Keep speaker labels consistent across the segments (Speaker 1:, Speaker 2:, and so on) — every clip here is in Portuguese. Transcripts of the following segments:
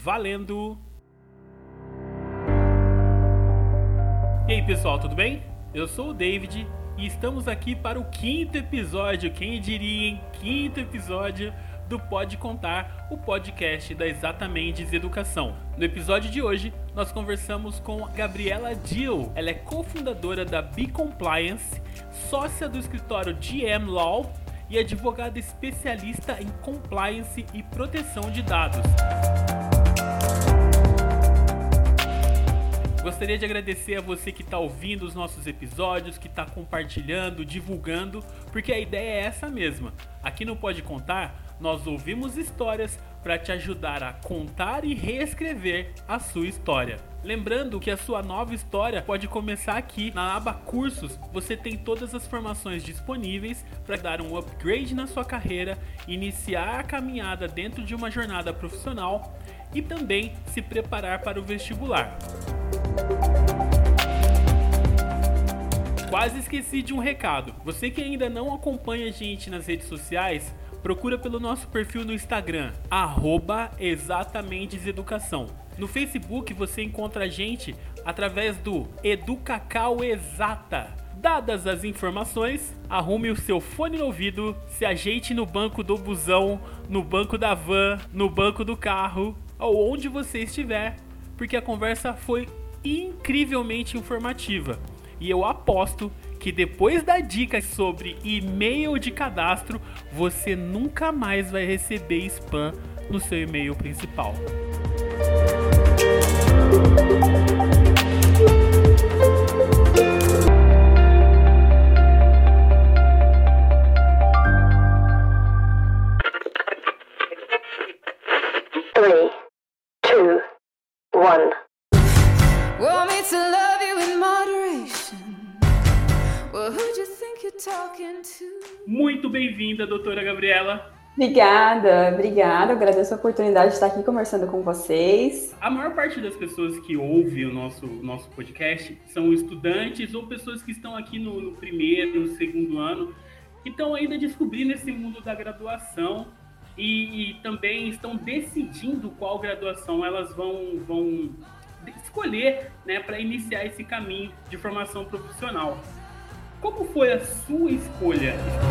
Speaker 1: Valendo! E aí pessoal, tudo bem? Eu sou o David e estamos aqui para o 5º episódio, quem diria, hein? 5º episódio do Pode Contar, o podcast da Exatamente Educação. No episódio de hoje, nós conversamos com a Gabriela Dill. Ela é cofundadora da B-Compliance, sócia do escritório GM Law e advogada especialista em compliance e proteção de dados. Gostaria de agradecer a você que está ouvindo os nossos episódios, que está compartilhando, divulgando, porque a ideia é essa mesma. Aqui no Pode Contar, nós ouvimos histórias para te ajudar a contar e reescrever a sua história. Lembrando que a sua nova história pode começar aqui na aba Cursos. Você tem todas as formações disponíveis para dar um upgrade na sua carreira, iniciar a caminhada dentro de uma jornada profissional e também se preparar para o vestibular. Quase esqueci de um recado. Você que ainda não acompanha a gente nas redes sociais, procura pelo nosso perfil no Instagram, @exatamentesEducação. No Facebook você encontra a gente através do EduCacauExata. Dadas as informações, arrume o seu fone no ouvido, se ajeite no banco do busão, no banco da van, no banco do carro, ou onde você estiver, porque a conversa foi incrivelmente informativa. E eu aposto que depois da dica sobre e-mail de cadastro, você nunca mais vai receber spam no seu e-mail principal. Muito bem-vinda, doutora Gabriela.
Speaker 2: Obrigada. Agradeço a oportunidade de estar aqui conversando com vocês.
Speaker 1: A maior parte das pessoas que ouvem o nosso podcast são estudantes ou pessoas que estão aqui no primeiro, no segundo ano, que estão ainda descobrindo esse mundo da graduação e também estão decidindo qual graduação elas vão escolher, né, para iniciar esse caminho de formação profissional. Como foi a sua escolha?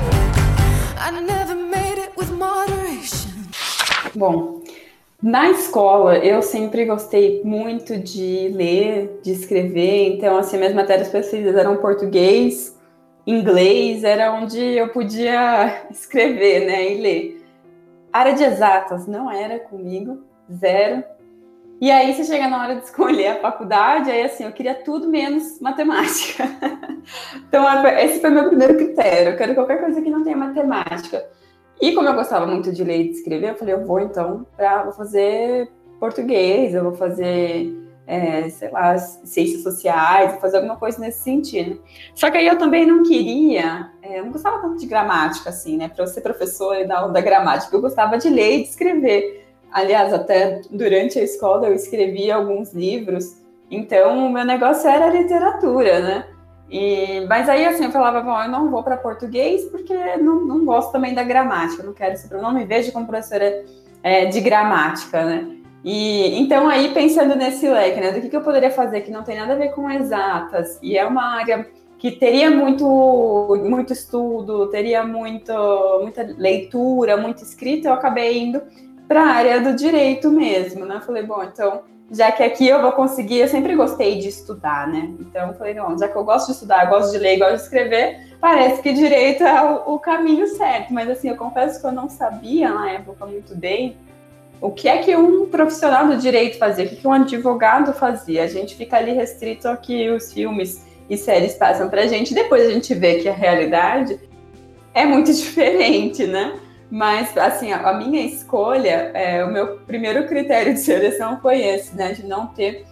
Speaker 2: Bom, na escola eu sempre gostei muito de ler, de escrever, então assim, minhas matérias preferidas eram português, inglês, era onde eu podia escrever, né, e ler. Área de exatas não era comigo, zero. E aí você chega na hora de escolher a faculdade, aí assim, eu queria tudo menos matemática. Então esse foi meu primeiro critério, eu quero qualquer coisa que não tenha matemática. E como eu gostava muito de ler e de escrever, eu falei, eu vou então, vou fazer português, eu vou fazer, ciências sociais, vou fazer alguma coisa nesse sentido. Só que aí eu também não queria, eu não gostava tanto de gramática, assim, né, para eu ser professora e dar aula da gramática, eu gostava de ler e de escrever. Aliás, até durante a escola eu escrevia alguns livros, então o meu negócio era literatura, né? Mas aí assim, eu falava, bom, eu não vou para português porque não gosto também da gramática, não me vejo como professora de gramática, né? E então aí pensando nesse leque, né, do que eu poderia fazer que não tem nada a ver com exatas, e é uma área que teria muito estudo, teria muita leitura, muito escrita, eu acabei indo para a área do direito mesmo, né? Eu falei, bom, então, já que aqui eu vou conseguir, eu sempre gostei de estudar, né? Então, eu falei, não, já que eu gosto de estudar, eu gosto de ler, gosto de escrever, parece que direito é o caminho certo. Mas, assim, eu confesso que eu não sabia na época muito bem o que é que um profissional do direito fazia, o que um advogado fazia. A gente fica ali restrito ao que os filmes e séries passam pra gente, depois a gente vê que a realidade é muito diferente, né? Mas, assim, a minha escolha, o meu primeiro critério de seleção foi esse, né? De não ter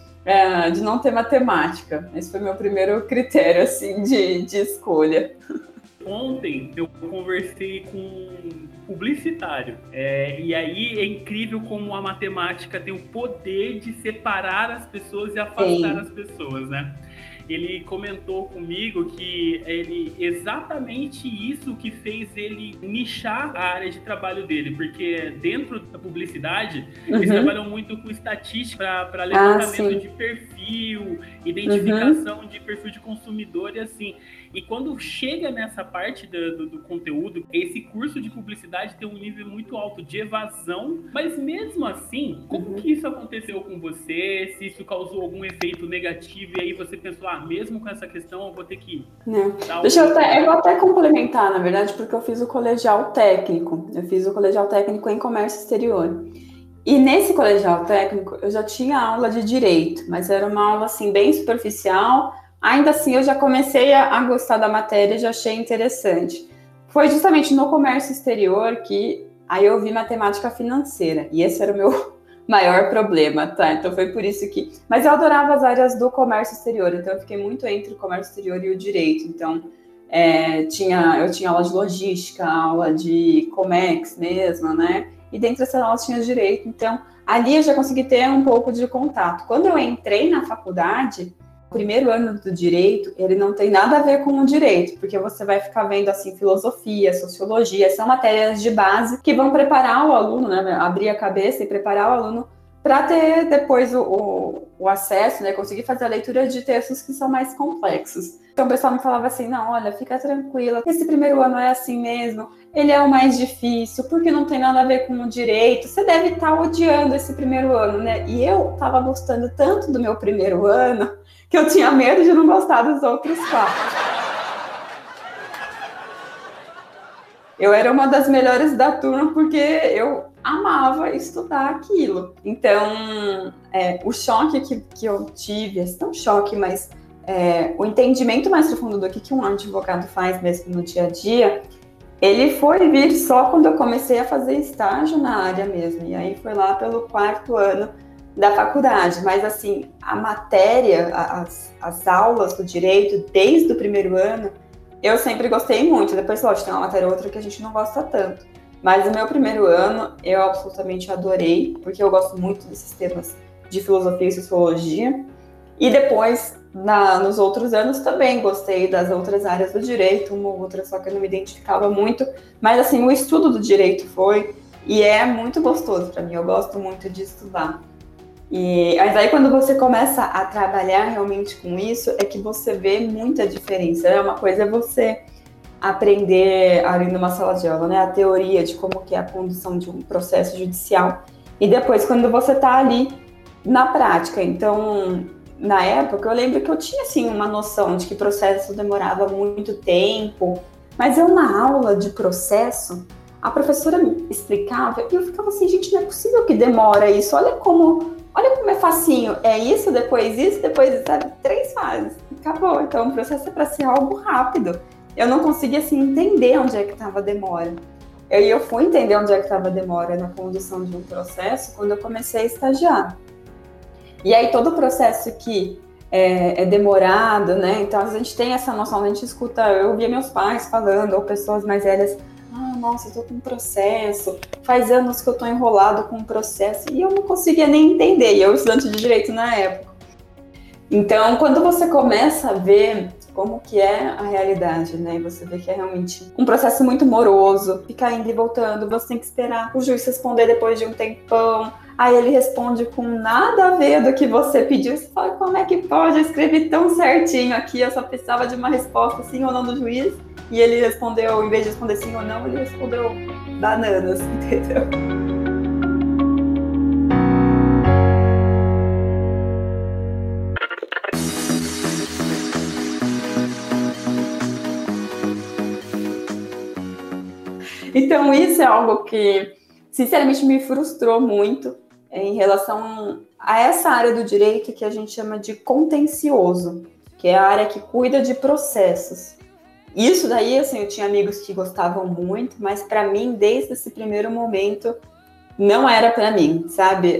Speaker 2: matemática. Esse foi meu primeiro critério, assim, de escolha.
Speaker 1: Ontem eu conversei com um publicitário, e aí é incrível como a matemática tem o poder de separar as pessoas e afastar as pessoas, né? ele comentou comigo que exatamente isso que fez ele nichar a área de trabalho dele, porque dentro da publicidade, eles trabalham muito com estatística para levantamento de perfil, identificação de perfil de consumidor e assim. E quando chega nessa parte do conteúdo, esse curso de publicidade tem um nível muito alto de evasão, mas mesmo assim, como que isso aconteceu com você? Se isso causou algum efeito negativo e aí você pensou, mesmo com essa questão eu vou ter que...
Speaker 2: Eu vou até complementar, na verdade, porque eu fiz o colegial técnico. Eu fiz o colegial técnico em comércio exterior. E nesse colegial técnico eu já tinha aula de direito, mas era uma aula assim bem superficial. Ainda assim eu já comecei a gostar da matéria e já achei interessante. Foi justamente no comércio exterior que aí eu vi matemática financeira, e esse era o meu maior problema, tá? Então foi por isso que... Mas eu adorava as áreas do comércio exterior, então eu fiquei muito entre o comércio exterior e o direito. Então eu tinha aula de logística, aula de Comex mesmo, né? E dentro dessa aula tinha direito, então ali eu já consegui ter um pouco de contato. Quando eu entrei na faculdade, o primeiro ano do direito, ele não tem nada a ver com o direito, porque você vai ficar vendo, assim, filosofia, sociologia, são matérias de base que vão preparar o aluno, né, abrir a cabeça e preparar o aluno para ter depois o acesso, né, conseguir fazer a leitura de textos que são mais complexos. Então o pessoal me falava assim, não, olha, fica tranquila, esse primeiro ano é assim mesmo, ele é o mais difícil, porque não tem nada a ver com o direito, você deve estar odiando esse primeiro ano, né? E eu estava gostando tanto do meu primeiro ano, que eu tinha medo de não gostar dos outros 4. Eu era uma das melhores da turma porque eu amava estudar aquilo. Então, o choque que eu tive, não um choque, mas o entendimento mais profundo do que um advogado faz mesmo no dia a dia, ele foi vir só quando eu comecei a fazer estágio na área mesmo. E aí foi lá pelo 4º ano da faculdade, mas assim, a matéria, as aulas do direito, desde o primeiro ano, eu sempre gostei muito. Depois, lógico, tem uma matéria ou outra que a gente não gosta tanto. Mas o meu primeiro ano, eu absolutamente adorei, porque eu gosto muito desses temas de filosofia e sociologia. E depois, nos outros anos, também gostei das outras áreas do direito, uma ou outra, só que eu não me identificava muito. Mas assim, o estudo do direito foi, e é muito gostoso para mim, eu gosto muito de estudar. Mas aí quando você começa a trabalhar realmente com isso, é que você vê muita diferença. Uma coisa é você aprender ali numa sala de aula, né, a teoria de como que é a condução de um processo judicial. E depois, quando você está ali na prática. Então, na época, eu lembro que eu tinha, assim, uma noção de que processo demorava muito tempo. Mas eu, na aula de processo, a professora me explicava e eu ficava assim, gente, não é possível que demora isso. Olha como é facinho, é isso, depois, sabe? 3 fases, acabou. Então, o processo é para ser algo rápido. Eu não conseguia, assim, entender onde é que estava a demora. Eu fui entender onde é que estava a demora na condução de um processo quando eu comecei a estagiar. E aí, todo o processo que é demorado, né? Então, a gente tem essa noção, a gente escuta, eu ouvia meus pais falando, ou pessoas mais velhas, nossa, eu tô com um processo, faz anos que eu tô enrolado com um processo, e eu não conseguia nem entender, e eu estudante de direito na época. Então, quando você começa a ver como que é a realidade, né, e você vê que é realmente um processo muito moroso, ficar indo e voltando, você tem que esperar o juiz responder depois de um tempão, aí ele responde com nada a ver do que você pediu, você fala, como é que pode? Eu escrevi tão certinho aqui, eu só precisava de uma resposta sim ou não do juiz, e ele respondeu, em vez de responder sim ou não, ele respondeu bananas, entendeu? Então, isso é algo que, sinceramente, me frustrou muito em relação a essa área do direito que a gente chama de contencioso, que é a área que cuida de processos. Isso daí, assim, eu tinha amigos que gostavam muito, mas para mim, desde esse primeiro momento, não era para mim, sabe?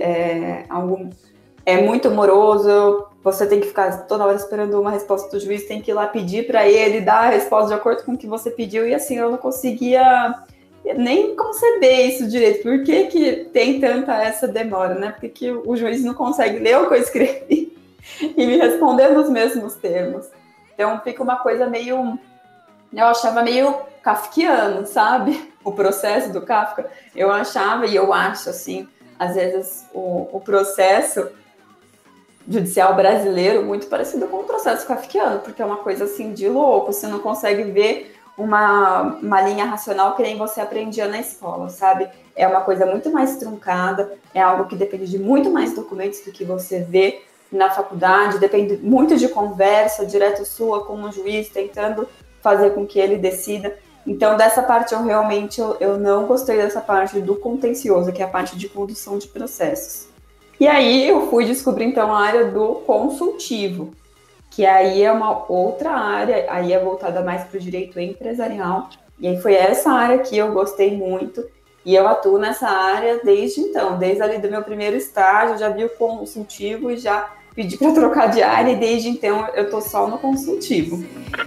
Speaker 2: É muito moroso, você tem que ficar toda hora esperando uma resposta do juiz, tem que ir lá pedir para ele dar a resposta de acordo com o que você pediu, e assim, eu não conseguia nem conceber isso direito. Por que tem tanta essa demora, né? Por que o juiz não consegue ler o que eu escrevi e me responder nos mesmos termos. Então fica uma coisa meio... Eu achava meio kafkiano, sabe? O processo do Kafka. Eu achava, e eu acho, assim, às vezes o processo judicial brasileiro muito parecido com o processo kafkiano, porque é uma coisa assim de louco, você não consegue ver uma linha racional que nem você aprendia na escola, sabe? É uma coisa muito mais truncada, é algo que depende de muito mais documentos do que você vê na faculdade, depende muito de conversa direto sua com o juiz, tentando fazer com que ele decida. Então, dessa parte, eu não gostei dessa parte do contencioso, que é a parte de condução de processos. E aí, eu fui descobrir, então, a área do consultivo, que aí é uma outra área, aí é voltada mais para o direito empresarial. E aí foi essa área que eu gostei muito, e eu atuo nessa área desde então, desde ali do meu primeiro estágio, já vi o consultivo e já pedi para trocar de área, e desde então eu estou só no consultivo.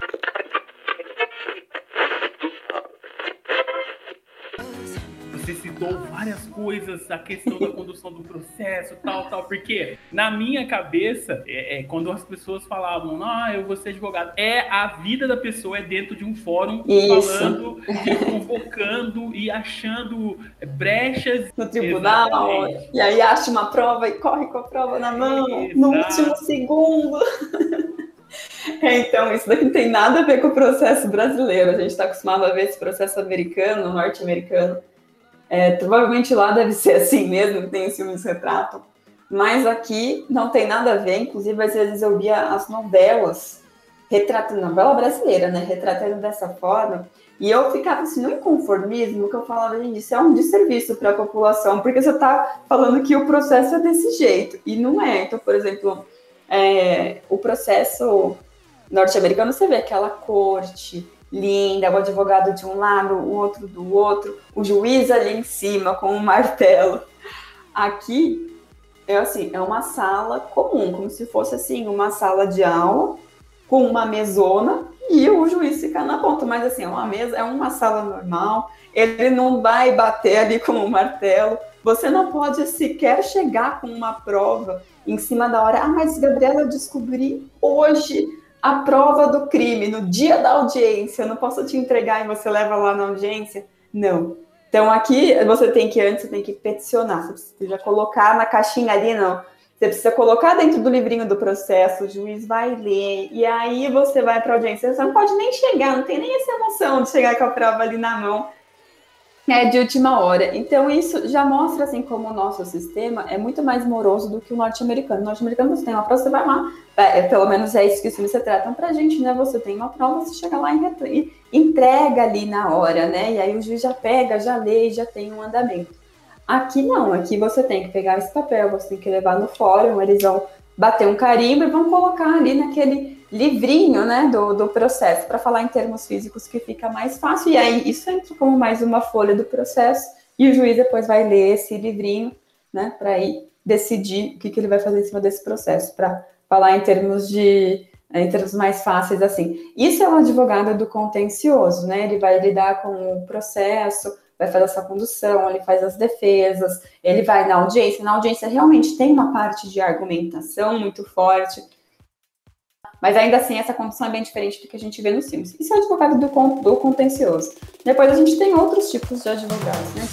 Speaker 1: Você citou várias coisas, a questão da condução do processo, tal, porque na minha cabeça, quando as pessoas falavam, eu vou ser advogado, a vida da pessoa é dentro de um fórum, falando e convocando e achando brechas
Speaker 2: no tribunal, exatamente. E aí acha uma prova e corre com a prova na mão, no último segundo. Então, isso daqui não tem nada a ver com o processo brasileiro, a gente está acostumado a ver esse processo americano, norte-americano. Provavelmente lá deve ser assim mesmo, que tem os filmes que retratam, mas aqui não tem nada a ver. Inclusive, às vezes eu via as novelas retratando, novela brasileira, né, retratando dessa forma, e eu ficava assim, no inconformismo, que eu falava, gente, isso é um desserviço para a população, porque você está falando que o processo é desse jeito, e não é. Então, por exemplo, o processo norte-americano, você vê aquela corte linda, o advogado de um lado, o outro do outro, o juiz ali em cima com um martelo. Aqui é uma sala comum, como se fosse assim, uma sala de aula com uma mesona e o juiz fica na ponta, mas assim, é uma sala normal, ele não vai bater ali com o martelo, você não pode sequer chegar com uma prova em cima da hora. Mas Gabriela, eu descobri hoje a prova do crime, no dia da audiência, eu não posso te entregar e você leva lá na audiência? Não. Então, aqui, você tem que peticionar, você precisa colocar na caixinha ali, não. Você precisa colocar dentro do livrinho do processo, o juiz vai ler, e aí você vai para a audiência. Você não pode nem chegar, não tem nem essa emoção de chegar com a prova ali na mão. De última hora. Então, isso já mostra, assim, como o nosso sistema é muito mais moroso do que o norte-americano. O norte-americano, você tem uma prova, você vai lá, pelo menos é isso que os filmes retratam pra gente, né? Você tem uma prova, você chega lá e entrega ali na hora, né? E aí o juiz já pega, já lê, já tem um andamento. Aqui não, aqui você tem que pegar esse papel, você tem que levar no fórum, eles vão bater um carimbo e vão colocar ali naquele livrinho, né, do processo, para falar em termos físicos, que fica mais fácil. E aí isso entra como mais uma folha do processo, e o juiz depois vai ler esse livrinho, né, para ir decidir o que ele vai fazer em cima desse processo, para falar em termos mais fáceis, assim. Isso é o advogado do contencioso, né, ele vai lidar com o processo, vai fazer essa condução, ele faz as defesas, ele vai na audiência. Na audiência realmente tem uma parte de argumentação muito forte, mas ainda assim essa condução é bem diferente do que a gente vê nos filmes. Isso é o advogado do contencioso. Depois a gente tem outros tipos de advogados, né?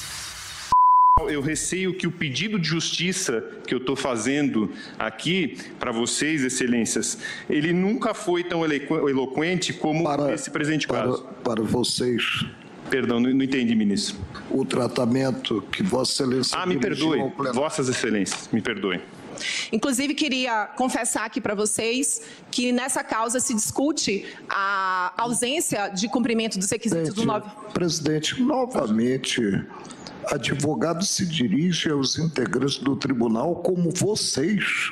Speaker 3: Eu receio que o pedido de justiça que eu estou fazendo aqui para vocês, excelências, ele nunca foi tão eloquente como esse presente caso.
Speaker 4: Para vocês.
Speaker 3: Perdão, não entendi, ministro.
Speaker 4: O tratamento que Vossa Excelência...
Speaker 3: me perdoe, Vossas Excelências, me perdoem.
Speaker 5: Inclusive, queria confessar aqui para vocês que nessa causa se discute a ausência de cumprimento dos requisitos do 9...
Speaker 4: Presidente, novamente, advogado se dirige aos integrantes do tribunal como vocês.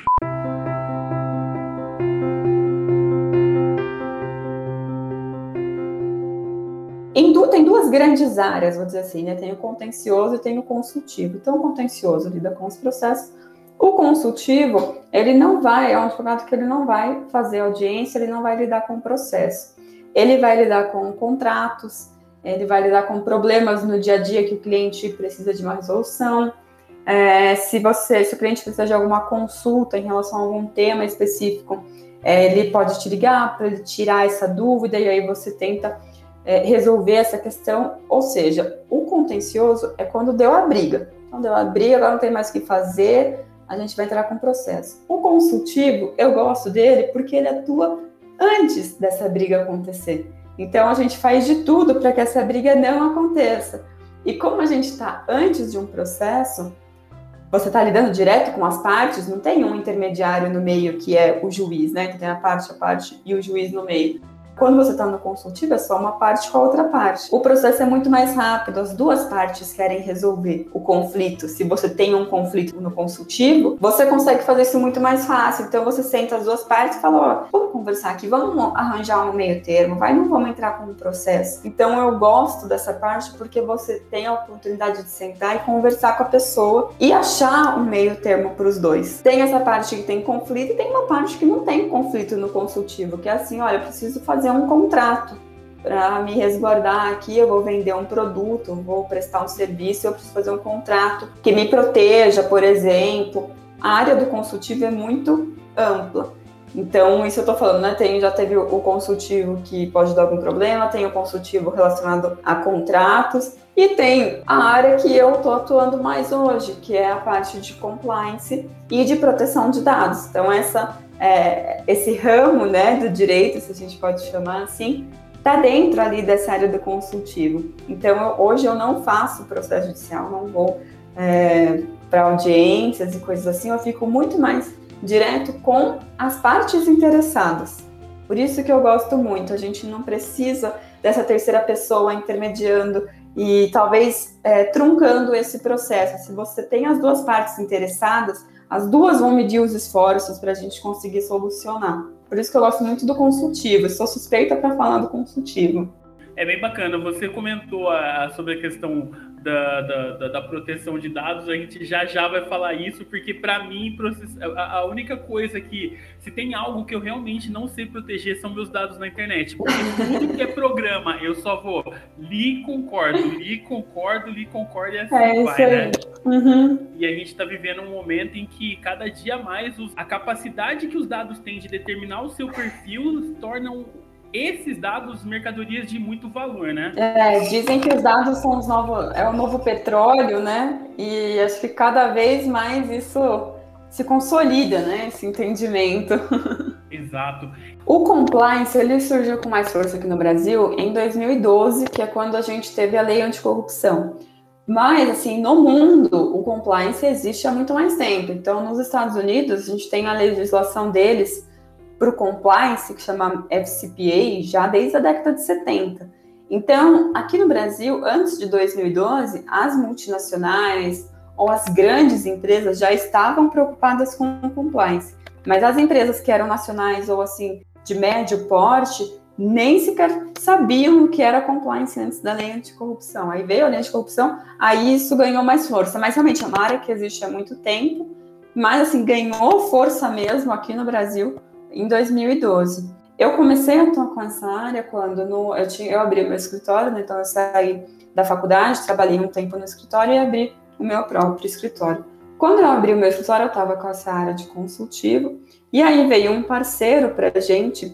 Speaker 2: Tem duas grandes áreas, vou dizer assim, né? Tem o contencioso e tem o consultivo. Então, o contencioso lida com os processos. O consultivo, é um advogado que ele não vai fazer audiência, ele não vai lidar com o processo. Ele vai lidar com contratos, ele vai lidar com problemas no dia a dia que o cliente precisa de uma resolução. se o cliente precisa de alguma consulta em relação a algum tema específico, ele pode te ligar para ele tirar essa dúvida e aí você tenta resolver essa questão. Ou seja, o contencioso é quando deu a briga. Então, deu a briga, agora não tem mais o que fazer, a gente vai entrar com o processo. O consultivo, eu gosto dele porque ele atua antes dessa briga acontecer. Então, a gente faz de tudo para que essa briga não aconteça. E como a gente está antes de um processo, você está lidando direto com as partes, não tem um intermediário no meio que é o juiz, né? Que tem a parte e o juiz no meio. Quando você está no consultivo, é só uma parte com a outra parte. O processo é muito mais rápido, as duas partes querem resolver o conflito. Se você tem um conflito no consultivo, você consegue fazer isso muito mais fácil. Então, você senta as duas partes e fala, vamos conversar aqui, vamos arranjar um meio termo, não vamos entrar com um processo. Então, eu gosto dessa parte porque você tem a oportunidade de sentar e conversar com a pessoa e achar um meio termo para os dois. Tem essa parte que tem conflito e tem uma parte que não tem conflito no consultivo, que é assim, olha, eu preciso fazer um contrato para me resguardar aqui, eu vou vender um produto, vou prestar um serviço, eu preciso fazer um contrato que me proteja, por exemplo. A área do consultivo é muito ampla. Então, isso eu estou falando, né? Já teve o consultivo que pode dar algum problema, tem o consultivo relacionado a contratos e tem a área que eu estou atuando mais hoje, que é a parte de compliance e de proteção de dados. Então, esse ramo, né, do direito, se a gente pode chamar assim, está dentro ali dessa área do consultivo. Então, hoje eu não faço processo judicial, não vou para audiências e coisas assim, eu fico muito mais direto com as partes interessadas. Por isso que eu gosto muito, a gente não precisa dessa terceira pessoa intermediando e talvez truncando esse processo. Se você tem as duas partes interessadas, as duas vão medir os esforços para a gente conseguir solucionar. Por isso que eu gosto muito do consultivo, eu sou suspeita para falar do consultivo.
Speaker 1: É bem bacana, você comentou sobre a questão da proteção de dados, a gente já vai falar isso, porque para mim a única coisa que, se tem algo que eu realmente não sei proteger, são meus dados na internet, porque tudo que é programa, eu só vou li, concordo e assim vai, né?
Speaker 2: Uhum.
Speaker 1: E a gente está vivendo um momento em que cada dia mais a capacidade que os dados têm de determinar o seu perfil tornam esses dados mercadorias de muito valor, né?
Speaker 2: Dizem que os dados são o novo petróleo, né? E acho que cada vez mais isso se consolida, né? Esse entendimento.
Speaker 1: Exato.
Speaker 2: O compliance, ele surgiu com mais força aqui no Brasil em 2012, que é quando a gente teve a lei anticorrupção. Mas, assim, no mundo, o compliance existe há muito mais tempo. Então, nos Estados Unidos, a gente tem a legislação deles para o compliance, que chama FCPA, já desde a década de 70. Então, aqui no Brasil, antes de 2012, as multinacionais ou as grandes empresas já estavam preocupadas com o compliance. Mas as empresas que eram nacionais ou, assim, de médio porte, nem sequer sabiam o que era compliance antes da lei anticorrupção. Aí veio a lei anticorrupção, aí isso ganhou mais força. Mas, realmente, é uma área que existe há muito tempo, mas, assim, ganhou força mesmo aqui no Brasil em 2012. Eu comecei a atuar com essa área quando eu abri meu escritório, né? Então eu saí da faculdade, trabalhei um tempo no escritório e abri o meu próprio escritório. Quando eu abri o meu escritório, eu estava com essa área de consultivo, e aí veio um parceiro para a gente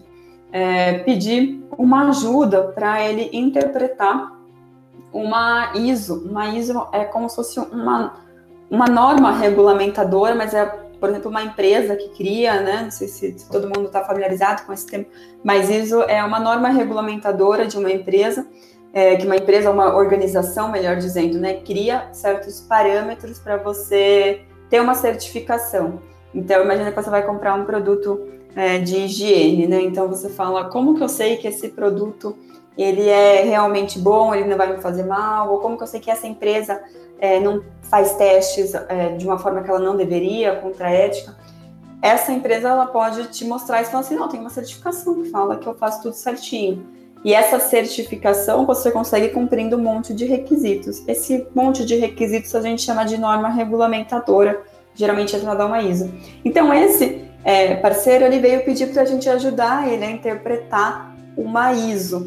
Speaker 2: pedir uma ajuda para ele interpretar uma ISO. Uma ISO é como se fosse uma norma regulamentadora, mas por exemplo, uma empresa que cria, né? Não sei se todo mundo está familiarizado com esse termo, mas ISO é uma norma regulamentadora de uma empresa, uma organização, melhor dizendo, né? Cria certos parâmetros para você ter uma certificação. Então, imagina que você vai comprar um produto de higiene, né? Então, você fala, como que eu sei que esse produto ele é realmente bom, ele não vai me fazer mal, ou como que eu sei que essa empresa não faz testes de uma forma que ela não deveria, contra a ética. Essa empresa, ela pode te mostrar e falar assim, não, tem uma certificação que fala que eu faço tudo certinho. E essa certificação você consegue cumprindo um monte de requisitos. Esse monte de requisitos a gente chama de norma regulamentadora, geralmente é chamada uma ISO. Então, esse parceiro, ele veio pedir para a gente ajudar ele a interpretar uma ISO,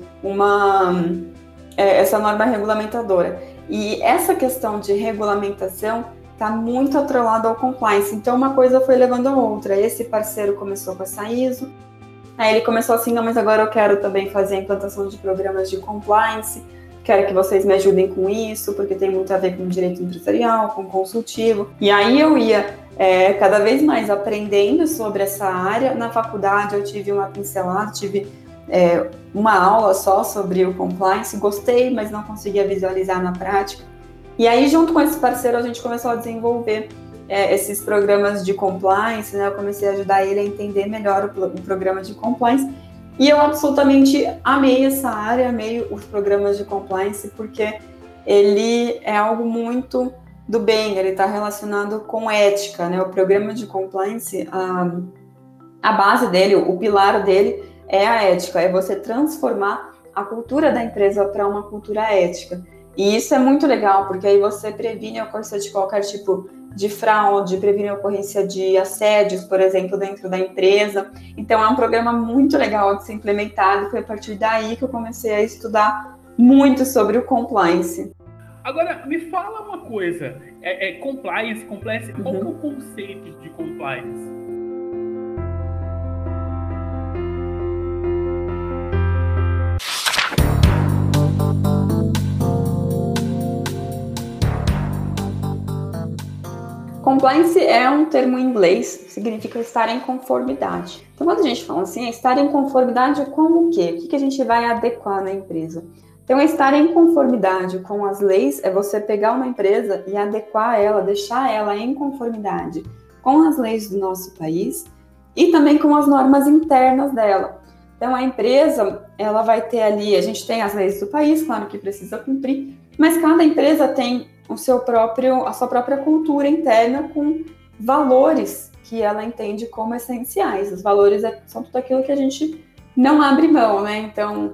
Speaker 2: essa norma regulamentadora. E essa questão de regulamentação está muito atrelado ao compliance. Então, uma coisa foi levando a outra. Esse parceiro começou com essa ISO, aí ele começou assim, não, mas agora eu quero também fazer a implantação de programas de compliance, quero que vocês me ajudem com isso, porque tem muito a ver com direito empresarial, com consultivo. E aí eu ia cada vez mais aprendendo sobre essa área. Na faculdade eu tive uma pincelada, tive uma aula só sobre o compliance, gostei, mas não conseguia visualizar na prática. E aí, junto com esse parceiro, a gente começou a desenvolver esses programas de compliance, né? Eu comecei a ajudar ele a entender melhor o programa de compliance. E eu absolutamente amei essa área, amei os programas de compliance, porque ele é algo muito do bem, ele está relacionado com ética, né? O programa de compliance, a base dele, o pilar dele é a ética, é você transformar a cultura da empresa para uma cultura ética. E isso é muito legal, porque aí você previne a ocorrência de qualquer tipo de fraude, previne a ocorrência de assédios, por exemplo, dentro da empresa. Então, é um programa muito legal de ser implementado, foi a partir daí que eu comecei a estudar muito sobre o compliance.
Speaker 1: Agora, me fala uma coisa, compliance, qual que é o conceito de compliance?
Speaker 2: Compliance é um termo em inglês, significa estar em conformidade. Então, quando a gente fala assim, estar em conformidade com o quê? O que a gente vai adequar na empresa? Então, estar em conformidade com as leis é você pegar uma empresa e adequar ela, deixar ela em conformidade com as leis do nosso país e também com as normas internas dela. Então, a empresa, ela vai ter ali, a gente tem as leis do país, claro que precisa cumprir, mas cada empresa tem a sua própria cultura interna com valores que ela entende como essenciais. Os valores são tudo aquilo que a gente não abre mão, né? Então,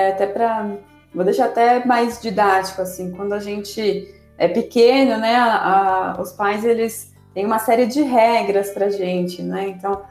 Speaker 2: vou deixar até mais didático, assim, quando a gente é pequeno, né, os pais, eles têm uma série de regras pra gente, né? Então,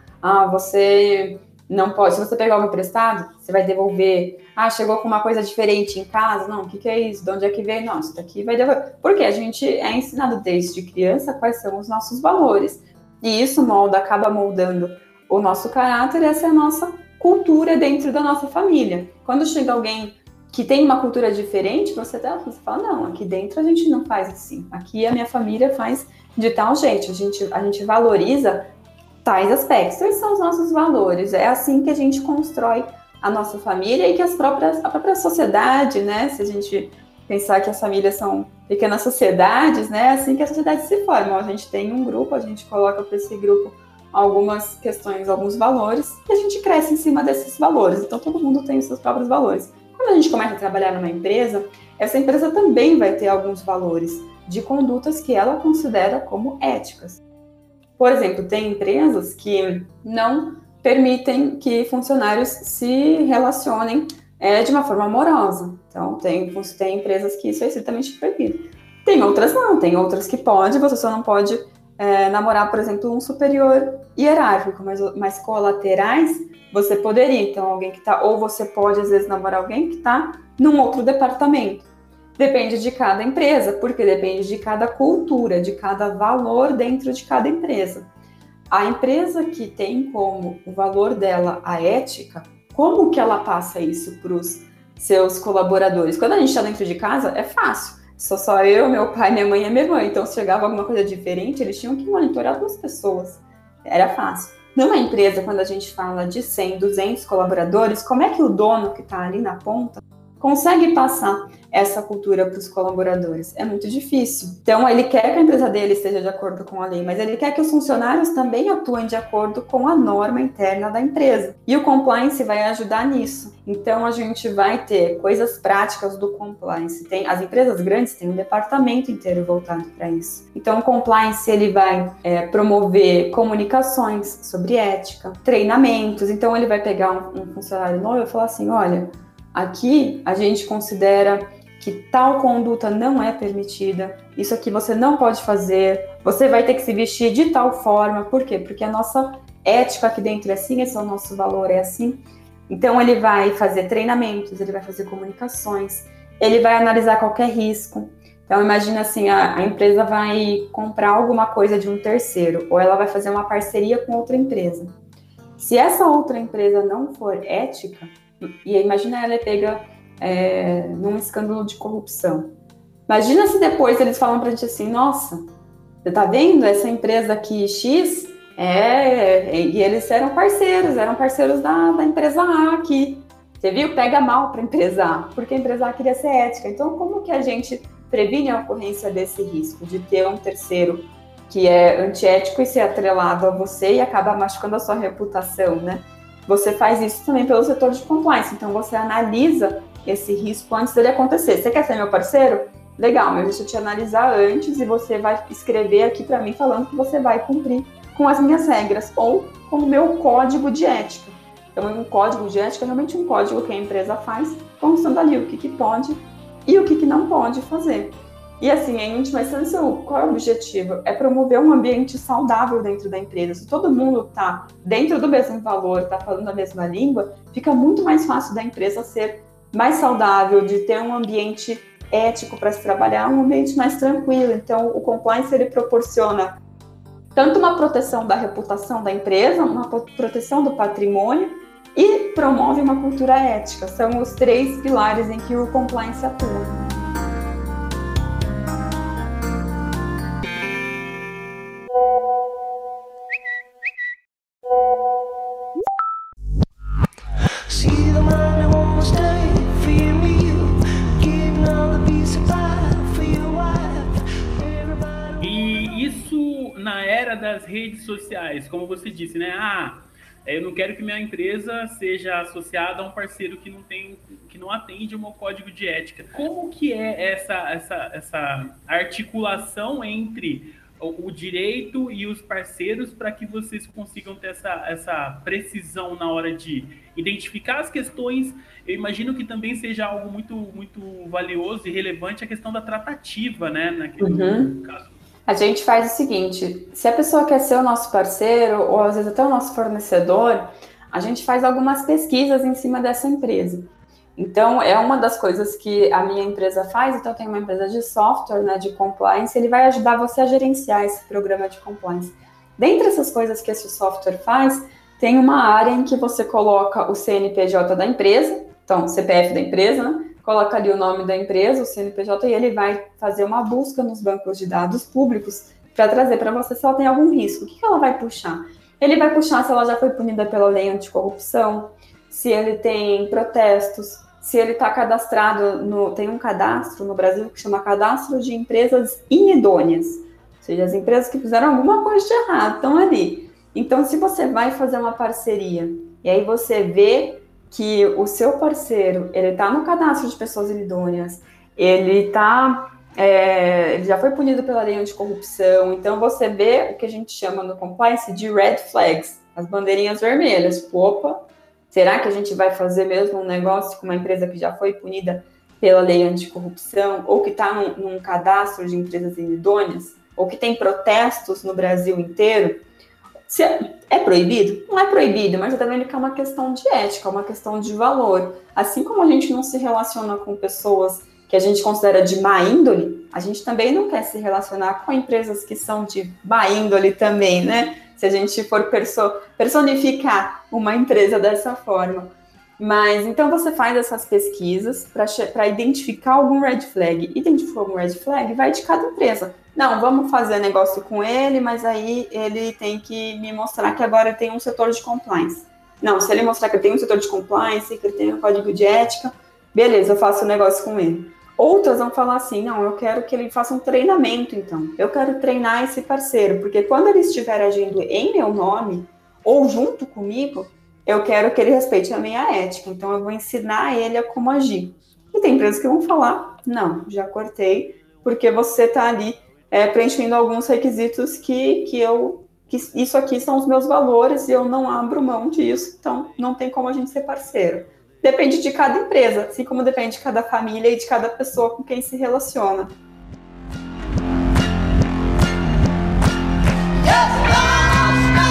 Speaker 2: você não pode, se você pegar algo emprestado, você vai devolver. Chegou com uma coisa diferente em casa, não, o que é isso? De onde é que veio? Não, isso daqui vai devolver. Porque a gente é ensinado desde criança quais são os nossos valores. E isso acaba moldando o nosso caráter, essa é a nossa cultura dentro da nossa família. Quando chega alguém que tem uma cultura diferente, você fala, não, aqui dentro a gente não faz assim. Aqui a minha família faz de tal jeito. A gente valoriza tais aspectos. Esses são os nossos valores. É assim que a gente constrói a nossa família e que a própria sociedade, né? Se a gente pensar que as famílias são pequenas sociedades, né? É assim que a sociedade se forma. A gente tem um grupo, a gente coloca para esse grupo algumas questões, alguns valores, e a gente cresce em cima desses valores. Então, todo mundo tem os seus próprios valores. Quando a gente começa a trabalhar numa empresa, essa empresa também vai ter alguns valores de condutas que ela considera como éticas. Por exemplo, tem empresas que não permitem que funcionários se relacionem de uma forma amorosa. Então, tem empresas que isso é estritamente proibido. Tem outras não, tem outras que pode, você só não pode namorar, por exemplo, um superior hierárquico, mas colaterais você poderia. Então, alguém que está, ou você pode, às vezes, namorar alguém que está num outro departamento. Depende de cada empresa, porque depende de cada cultura, de cada valor dentro de cada empresa. A empresa que tem como o valor dela a ética, como que ela passa isso para os seus colaboradores? Quando a gente está dentro de casa, é fácil. Só eu, meu pai, minha mãe e minha irmã. Então, se chegava alguma coisa diferente, eles tinham que monitorar 2 pessoas. Era fácil. Numa empresa, quando a gente fala de 100, 200 colaboradores, como é que o dono que está ali na ponta consegue passar essa cultura para os colaboradores? É muito difícil. Então, ele quer que a empresa dele esteja de acordo com a lei, mas ele quer que os funcionários também atuem de acordo com a norma interna da empresa. E o compliance vai ajudar nisso. Então, a gente vai ter coisas práticas do compliance. As empresas grandes têm um departamento inteiro voltado para isso. Então, o compliance ele vai promover comunicações sobre ética, treinamentos. Então, ele vai pegar um funcionário novo e falar assim, olha, aqui a gente considera que tal conduta não é permitida, isso aqui você não pode fazer, você vai ter que se vestir de tal forma. Por quê? Porque a nossa ética aqui dentro é assim, esse é o nosso valor, é assim. Então ele vai fazer treinamentos, ele vai fazer comunicações, ele vai analisar qualquer risco. Então, imagina assim, a empresa vai comprar alguma coisa de um terceiro, ou ela vai fazer uma parceria com outra empresa. Se essa outra empresa não for ética, e imagina ela é pega num escândalo de corrupção. Imagina se depois eles falam pra gente assim, nossa, você tá vendo essa empresa aqui X? E eles eram parceiros da empresa A aqui. Você viu? Pega mal pra empresa A, porque a empresa A queria ser ética. Então, como que a gente previne a ocorrência desse risco de ter um terceiro que é antiético e ser atrelado a você e acaba machucando a sua reputação, né? Você faz isso também pelo setor de compliance. Então, você analisa esse risco antes dele acontecer. Você quer ser meu parceiro? Legal, mas deixa eu te analisar antes e você vai escrever aqui para mim falando que você vai cumprir com as minhas regras ou com o meu código de ética. Então, um código de ética é realmente um código que a empresa faz, constando ali o que pode e o que não pode fazer. E assim, em última instância, qual é o objetivo? É promover um ambiente saudável dentro da empresa. Se todo mundo está dentro do mesmo valor, está falando a mesma língua, fica muito mais fácil da empresa ser mais saudável, de ter um ambiente ético para se trabalhar, um ambiente mais tranquilo. Então, o compliance, ele proporciona tanto uma proteção da reputação da empresa, uma proteção do patrimônio e promove uma cultura ética. São os 3 pilares em que o compliance atua.
Speaker 1: Das redes sociais, como você disse, né? Eu não quero que minha empresa seja associada a um parceiro que não atende ao meu código de ética. Como que é essa articulação entre o direito e os parceiros para que vocês consigam ter essa precisão na hora de identificar as questões? Eu imagino que também seja algo muito, muito valioso e relevante a questão da tratativa, né? Naquele caso.
Speaker 2: A gente faz o seguinte, se a pessoa quer ser o nosso parceiro, ou às vezes até o nosso fornecedor, a gente faz algumas pesquisas em cima dessa empresa. Então, é uma das coisas que a minha empresa faz. Então, eu tenho uma empresa de software, né, de compliance, ele vai ajudar você a gerenciar esse programa de compliance. Dentre essas coisas que esse software faz, tem uma área em que você coloca o CNPJ da empresa, então, CPF da empresa, né? Coloca ali o nome da empresa, o CNPJ, e ele vai fazer uma busca nos bancos de dados públicos para trazer para você se ela tem algum risco. O que ela vai puxar? Ele vai puxar se ela já foi punida pela lei anticorrupção, se ele tem protestos, se ele está cadastrado, tem um cadastro no Brasil que chama Cadastro de Empresas Inidôneas, ou seja, as empresas que fizeram alguma coisa de errado estão ali. Então, se você vai fazer uma parceria e aí você vê que o seu parceiro, ele está no cadastro de pessoas inidôneas, ele já foi punido pela lei anticorrupção, então você vê o que a gente chama no compliance de red flags, as bandeirinhas vermelhas. Opa, será que a gente vai fazer mesmo um negócio com uma empresa que já foi punida pela lei anticorrupção, ou que está num cadastro de empresas inidôneas, ou que tem protestos no Brasil inteiro? Se é proibido? Não é proibido, mas eu também vendo que é uma questão de ética, uma questão de valor. Assim como a gente não se relaciona com pessoas que a gente considera de má índole, a gente também não quer se relacionar com empresas que são de má índole também, né? Se a gente for personificar uma empresa dessa forma. Mas, então, você faz essas pesquisas para identificar algum red flag. Identificou algum red flag, vai de cada empresa. Não, vamos fazer negócio com ele, mas aí ele tem que me mostrar que agora ele tem um setor de compliance. Não, se ele mostrar que ele tem um setor de compliance, que ele tem um código de ética, beleza, eu faço negócio com ele. Outras vão falar assim, não, eu quero que ele faça um treinamento, então. Eu quero treinar esse parceiro, porque quando ele estiver agindo em meu nome, ou junto comigo, eu quero que ele respeite a minha ética, então eu vou ensinar ele a como agir. E tem empresas que vão falar, não, já cortei, porque você está ali preenchendo alguns requisitos que isso aqui são os meus valores e eu não abro mão disso, então não tem como a gente ser parceiro. Depende de cada empresa, assim como depende de cada família e de cada pessoa com quem se relaciona.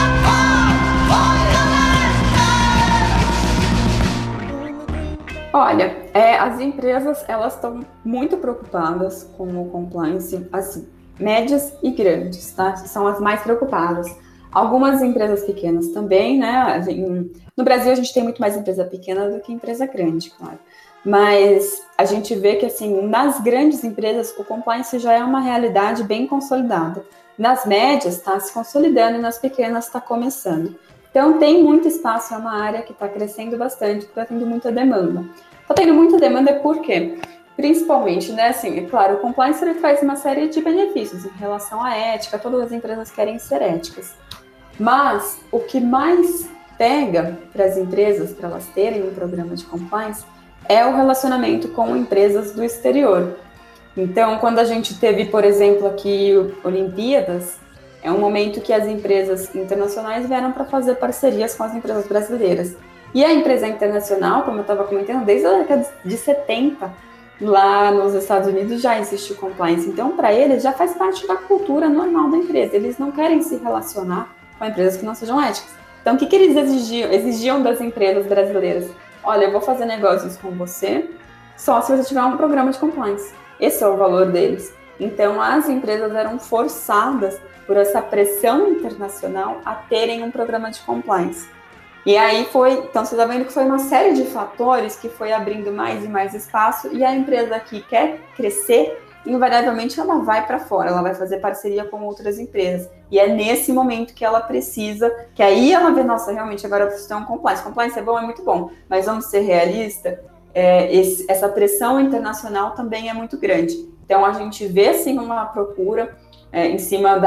Speaker 2: Olha, Olha, as empresas, elas estão muito preocupadas com o compliance, assim, médias e grandes, tá? São as mais preocupadas. Algumas empresas pequenas também, né? No Brasil, a gente tem muito mais empresa pequena do que empresa grande, claro. Mas a gente vê que, assim, nas grandes empresas, o compliance já é uma realidade bem consolidada. Nas médias, está se consolidando e nas pequenas está começando. Então, tem muito espaço, é uma área que está crescendo bastante, está tendo muita demanda. Está tendo muita demanda por quê? Principalmente, né, assim, é claro, o compliance ele traz uma série de benefícios em relação à ética, todas as empresas querem ser éticas. Mas o que mais pega para as empresas, para elas terem um programa de compliance, é o relacionamento com empresas do exterior. Então, quando a gente teve, por exemplo, aqui Olimpíadas, é um momento que as empresas internacionais vieram para fazer parcerias com as empresas brasileiras. E a empresa internacional, como eu estava comentando, desde a década de 70, lá nos Estados Unidos já existe o compliance. Então, para eles, já faz parte da cultura normal da empresa. Eles não querem se relacionar com empresas que não sejam éticas. Então, o que eles exigiam das empresas brasileiras? Olha, eu vou fazer negócios com você só se você tiver um programa de compliance. Esse é o valor deles. Então, as empresas eram forçadas por essa pressão internacional a terem um programa de compliance. E aí então você está vendo que foi uma série de fatores que foi abrindo mais e mais espaço, e a empresa que quer crescer, invariavelmente ela vai para fora, ela vai fazer parceria com outras empresas. E é nesse momento que ela precisa, que aí ela vê, nossa, realmente agora eu preciso ter um compliance. Compliance é bom, é muito bom, mas vamos ser realistas, essa pressão internacional também é muito grande. Então a gente vê sim uma procura em cima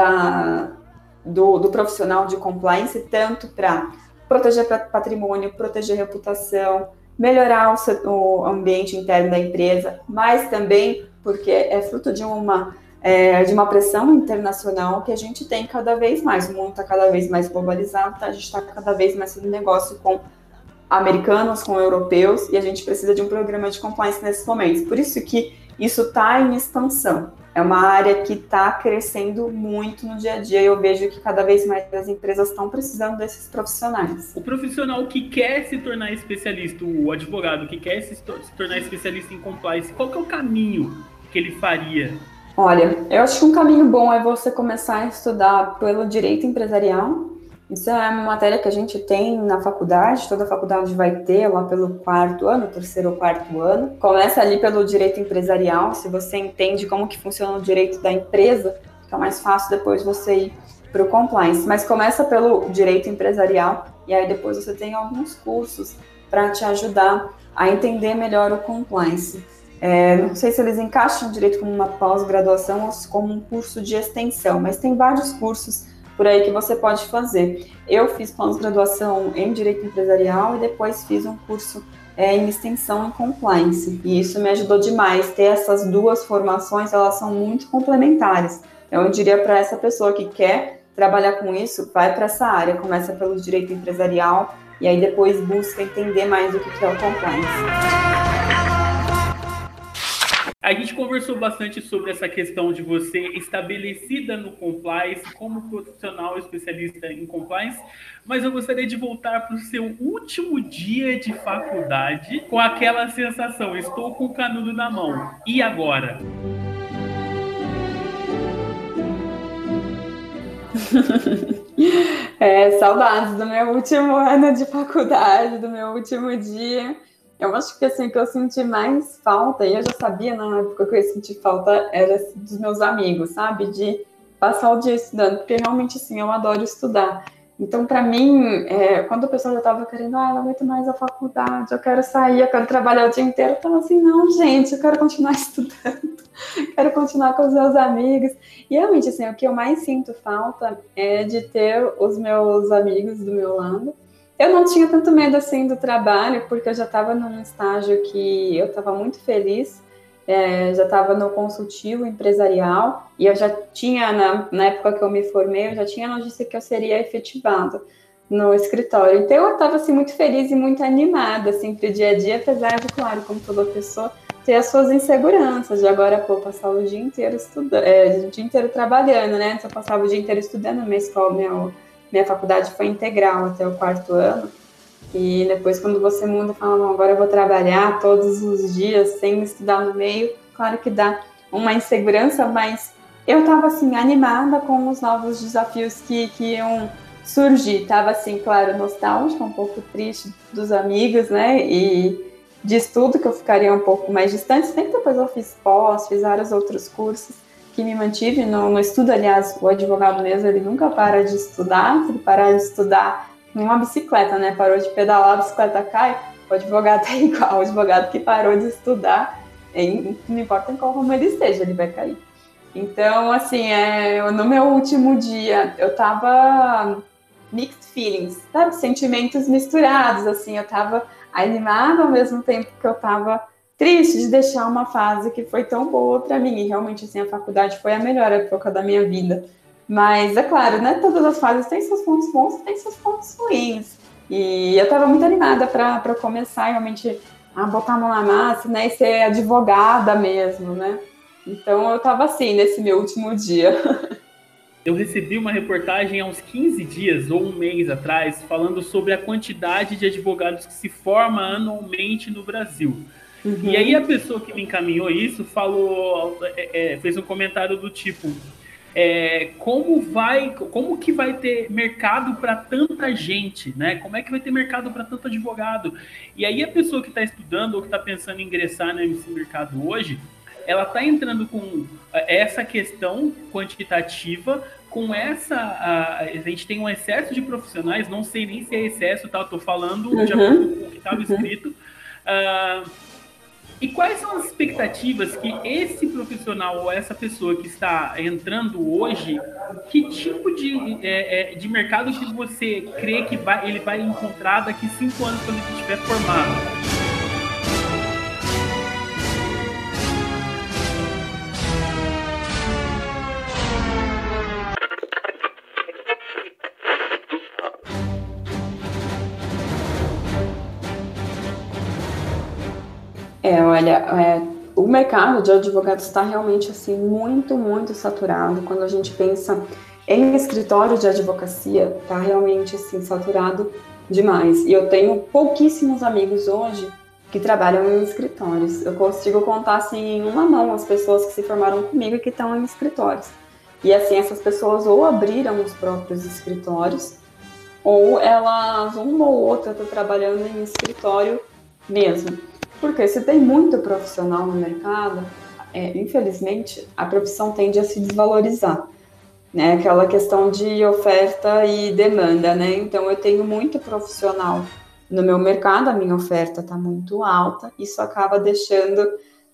Speaker 2: do profissional de compliance, tanto para proteger patrimônio, proteger reputação, melhorar o ambiente interno da empresa, mas também porque é fruto de uma pressão internacional que a gente tem cada vez mais. O mundo está cada vez mais globalizado, a gente está cada vez mais fazendo negócio com americanos, com europeus, e a gente precisa de um programa de compliance nesses momentos. Por isso que isso está em expansão. É uma área que está crescendo muito no dia a dia e eu vejo que cada vez mais as empresas estão precisando desses profissionais.
Speaker 1: O profissional que quer se tornar especialista, o advogado que quer se tornar especialista em compliance, qual que é o caminho que ele faria?
Speaker 2: Olha, eu acho que um caminho bom é você começar a estudar pelo direito empresarial. Isso é uma matéria que a gente tem na faculdade, toda faculdade vai ter lá pelo terceiro ou quarto ano. Começa ali pelo direito empresarial, se você entende como que funciona o direito da empresa, fica mais fácil depois você ir para o compliance. Mas começa pelo direito empresarial e aí depois você tem alguns cursos para te ajudar a entender melhor o compliance. Não sei se eles encaixam direito como uma pós-graduação ou como um curso de extensão, mas tem vários cursos por aí que você pode fazer. Eu fiz pós-graduação em Direito Empresarial e depois fiz um curso em extensão em Compliance. E isso me ajudou demais. Ter essas duas formações, elas são muito complementares. Então, eu diria para essa pessoa que quer trabalhar com isso, vai para essa área. Começa pelo Direito Empresarial e aí depois busca entender mais o que é o Compliance.
Speaker 1: A gente conversou bastante sobre essa questão de você estabelecida no compliance, como profissional especialista em compliance, mas eu gostaria de voltar para o seu último dia de faculdade com aquela sensação, estou com o canudo na mão, e agora?
Speaker 2: Saudades do meu último ano de faculdade, do meu último dia. Eu acho que assim, que eu senti mais falta, e eu já sabia na época que eu ia sentir falta, era dos meus amigos, sabe? De passar o dia estudando, porque realmente, assim, eu adoro estudar. Então, para mim, quando o pessoal já estava querendo, não aguento mais a faculdade, eu quero sair, eu quero trabalhar o dia inteiro, eu estava assim, não, gente, eu quero continuar estudando, quero continuar com os meus amigos. E realmente, assim, o que eu mais sinto falta é de ter os meus amigos do meu lado. Eu não tinha tanto medo, assim, do trabalho, porque eu já estava num estágio que eu estava muito feliz, já estava no consultivo empresarial, e eu já tinha, na época que eu me formei, eu já tinha a notícia que eu seria efetivada no escritório. Então, eu estava, assim, muito feliz e muito animada, assim, pro dia a dia, apesar de, claro, como toda pessoa, ter as suas inseguranças, de agora, passar o dia inteiro estudando, o dia inteiro trabalhando, né? Antes eu passava o dia inteiro estudando, minha faculdade foi integral até o quarto ano, E depois, quando você muda, fala, não, agora eu vou trabalhar todos os dias sem estudar no meio, claro que dá uma insegurança, mas eu estava, assim, animada com os novos desafios que iam surgir. Estava, assim, claro, nostálgica, um pouco triste dos amigos, né, e de estudo, que eu ficaria um pouco mais distante, bem que depois eu fiz pós, fiz vários outros cursos que me mantive no estudo. Aliás, o advogado mesmo, ele nunca para de estudar. Se ele parar de estudar, nem uma bicicleta, né? Parou de pedalar, a bicicleta cai. O advogado é igual, o advogado que parou de estudar, não importa em qual rumo ele esteja, ele vai cair. Então, assim, no meu último dia, eu tava mixed feelings, sabe? Sentimentos misturados, assim, eu tava animada ao mesmo tempo que eu tava triste de deixar uma fase que foi tão boa para mim, e realmente, assim, a faculdade foi a melhor época da minha vida. Mas, é claro, né, todas as fases têm seus pontos bons e têm seus pontos ruins. E eu estava muito animada para começar realmente a botar a mão na massa, né, e ser advogada mesmo, né. Então, eu estava assim, nesse meu último dia.
Speaker 1: Eu recebi uma reportagem há uns 15 dias ou um mês atrás falando sobre a quantidade de advogados que se forma anualmente no Brasil. Uhum. E aí a pessoa que me encaminhou isso falou, fez um comentário do tipo, como que vai ter mercado para tanta gente, né? Como é que vai ter mercado para tanto advogado? E aí a pessoa que está estudando ou que está pensando em ingressar nesse mercado hoje, ela está entrando com essa questão quantitativa, com a gente tem um excesso de profissionais, não sei nem se é excesso, tá? Estou falando de acordo com o que estava escrito. E quais são as expectativas que esse profissional ou essa pessoa que está entrando hoje, que tipo de mercado que você crê que ele vai encontrar daqui 5 anos quando ele estiver formado?
Speaker 2: O mercado de advogados está realmente assim, muito, muito saturado. Quando a gente pensa em escritório de advocacia, está realmente assim, saturado demais. E eu tenho pouquíssimos amigos hoje que trabalham em escritórios. Eu consigo contar assim, em uma mão as pessoas que se formaram comigo e que estão em escritórios. E assim, essas pessoas ou abriram os próprios escritórios, ou elas, uma ou outra, estão trabalhando em escritório mesmo. Porque se tem muito profissional no mercado, infelizmente, a profissão tende a se desvalorizar, né? Aquela questão de oferta e demanda, né? Então, eu tenho muito profissional no meu mercado, a minha oferta está muito alta, isso acaba deixando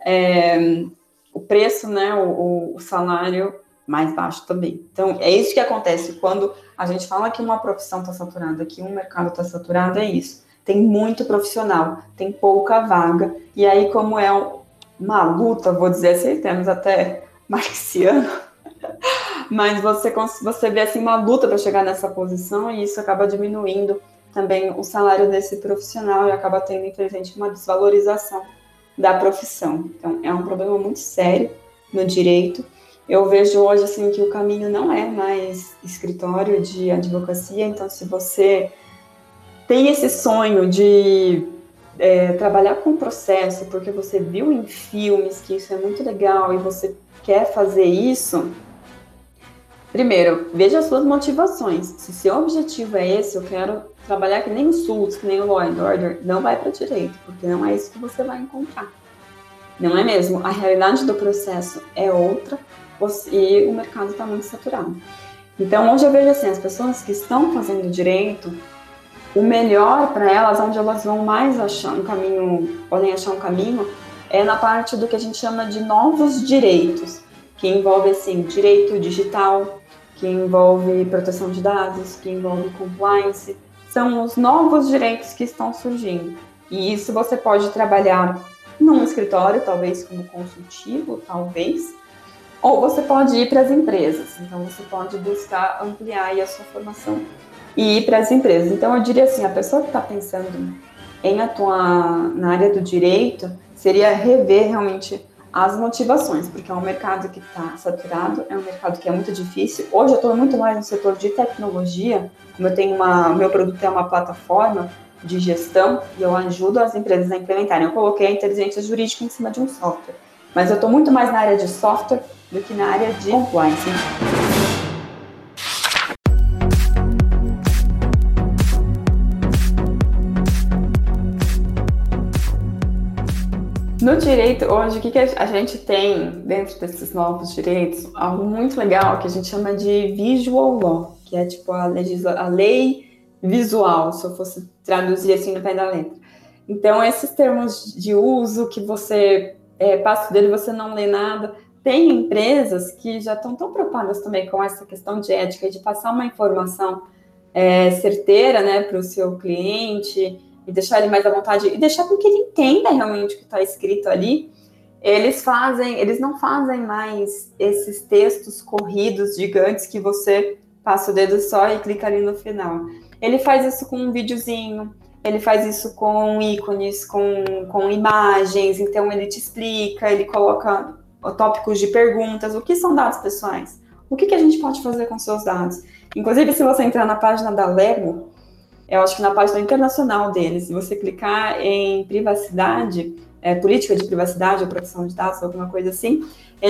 Speaker 2: o preço, né? O salário mais baixo também. Então, é isso que acontece quando a gente fala que uma profissão está saturada, que um mercado está saturado, é isso. Tem muito profissional, tem pouca vaga, e aí como é uma luta, vou dizer assim, temos até marxiano, mas você vê assim uma luta para chegar nessa posição, e isso acaba diminuindo também o salário desse profissional e acaba tendo, infelizmente, uma desvalorização da profissão. Então, é um problema muito sério no direito. Eu vejo hoje assim que o caminho não é mais escritório de advocacia, então se você tem esse sonho de trabalhar com o processo, porque você viu em filmes que isso é muito legal e você quer fazer isso, primeiro, veja as suas motivações. Se seu objetivo é esse, eu quero trabalhar que nem o SUS, que nem o Law and Order, não vai para direito, porque não é isso que você vai encontrar. Não é mesmo? A realidade do processo é outra e o mercado está muito saturado. Então, hoje eu vejo assim, as pessoas que estão fazendo direito, o melhor para elas, onde elas vão mais achar um caminho, podem achar um caminho, é na parte do que a gente chama de novos direitos, que envolve, assim, direito digital, que envolve proteção de dados, que envolve compliance. São os novos direitos que estão surgindo. E isso você pode trabalhar num escritório, talvez como consultivo, talvez, ou você pode ir para as empresas. Então, você pode buscar ampliar aí a sua formação e ir para as empresas. Então, eu diria assim, a pessoa que está pensando em atuar na área do direito seria rever realmente as motivações, porque é um mercado que está saturado, é um mercado que é muito difícil. Hoje eu estou muito mais no setor de tecnologia, como eu tenho meu produto é uma plataforma, de gestão e eu ajudo as empresas a implementarem. Eu coloquei a inteligência jurídica em cima de um software, mas eu estou muito mais na área de software do que na área de compliance. No direito, hoje, o que a gente tem dentro desses novos direitos? Algo muito legal que a gente chama de visual law, que é tipo a lei visual, se eu fosse traduzir assim no pé da letra. Então, esses termos de uso que você passa dele, você não lê nada. Tem empresas que já estão tão preocupadas também com essa questão de ética, de passar uma informação certeira, né, para o seu cliente, e deixar ele mais à vontade, e deixar com que ele entenda realmente o que está escrito ali. Eles não fazem mais esses textos corridos, gigantes, que você passa o dedo só e clica ali no final. Ele faz isso com um videozinho, ele faz isso com ícones, com imagens, então ele te explica, ele coloca tópicos de perguntas, o que são dados pessoais, o que a gente pode fazer com seus dados. Inclusive, se você entrar na página da Lego, eu acho que na página internacional deles, se você clicar em privacidade, política de privacidade ou proteção de dados, alguma coisa assim,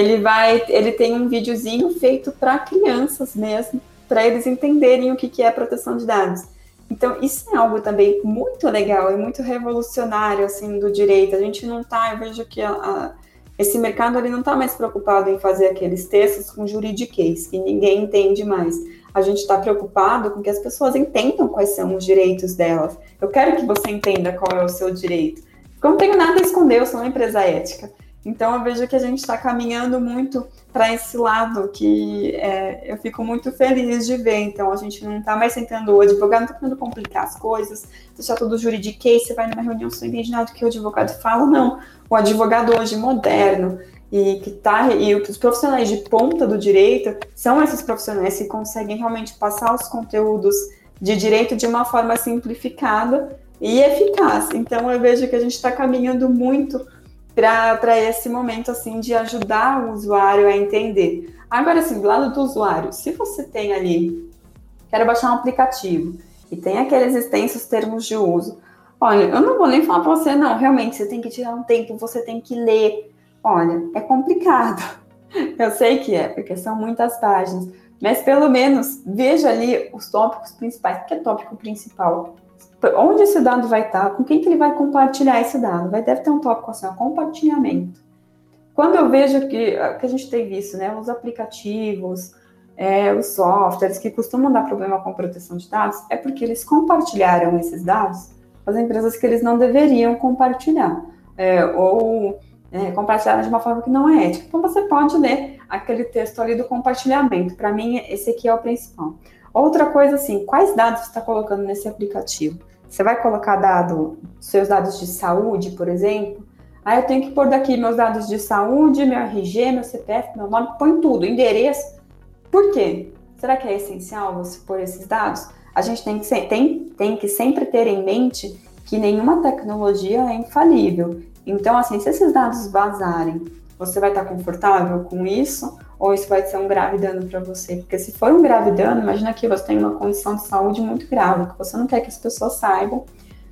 Speaker 2: ele tem um videozinho feito para crianças mesmo, para eles entenderem o que é proteção de dados. Então, isso é algo também muito legal e muito revolucionário, assim, do direito. A gente não está, eu vejo que esse mercado ele não está mais preocupado em fazer aqueles textos com juridiquês, que ninguém entende mais. A gente está preocupado com que as pessoas entendam quais são os direitos delas. Eu quero que você entenda qual é o seu direito. Porque eu não tenho nada a esconder, eu sou uma empresa ética. Então, eu vejo que a gente está caminhando muito para esse lado que eu fico muito feliz de ver. Então, a gente não está mais sentando, o advogado não está tentando complicar as coisas, deixar tudo juridiquês, você vai numa reunião, você não entende nada do que o advogado fala, não. O advogado hoje moderno, e os profissionais de ponta do direito são esses profissionais que conseguem realmente passar os conteúdos de direito de uma forma simplificada e eficaz. Então, eu vejo que a gente está caminhando muito para esse momento assim de ajudar o usuário a entender. Agora, assim, do lado do usuário, se você tem ali, quero baixar um aplicativo e tem aqueles extensos termos de uso, olha, eu não vou nem falar para você, não, realmente, você tem que tirar um tempo, você tem que ler. Olha, é complicado. Eu sei que porque são muitas páginas, mas pelo menos veja ali os tópicos principais. O que é tópico principal? Onde esse dado vai estar? Com quem que ele vai compartilhar esse dado? Deve ter um tópico assim, compartilhamento. Quando eu vejo que a gente tem visto, né, os aplicativos, os softwares que costumam dar problema com proteção de dados, é porque eles compartilharam esses dados com as empresas que eles não deveriam compartilhar. Compartilharam de uma forma que não é ética. Então, você pode ler aquele texto ali do compartilhamento. Para mim, esse aqui é o principal. Outra coisa, assim, quais dados você está colocando nesse aplicativo? Você vai colocar seus dados de saúde, por exemplo? Eu tenho que pôr daqui meus dados de saúde, meu RG, meu CPF, meu nome, põe tudo, endereço. Por quê? Será que é essencial você pôr esses dados? A gente tem que sempre ter em mente que nenhuma tecnologia é infalível. Então, assim, se esses dados vazarem, você vai estar confortável com isso? Ou isso vai ser um grave dano para você? Porque se for um grave dano, imagina que você tem uma condição de saúde muito grave, que você não quer que as pessoas saibam,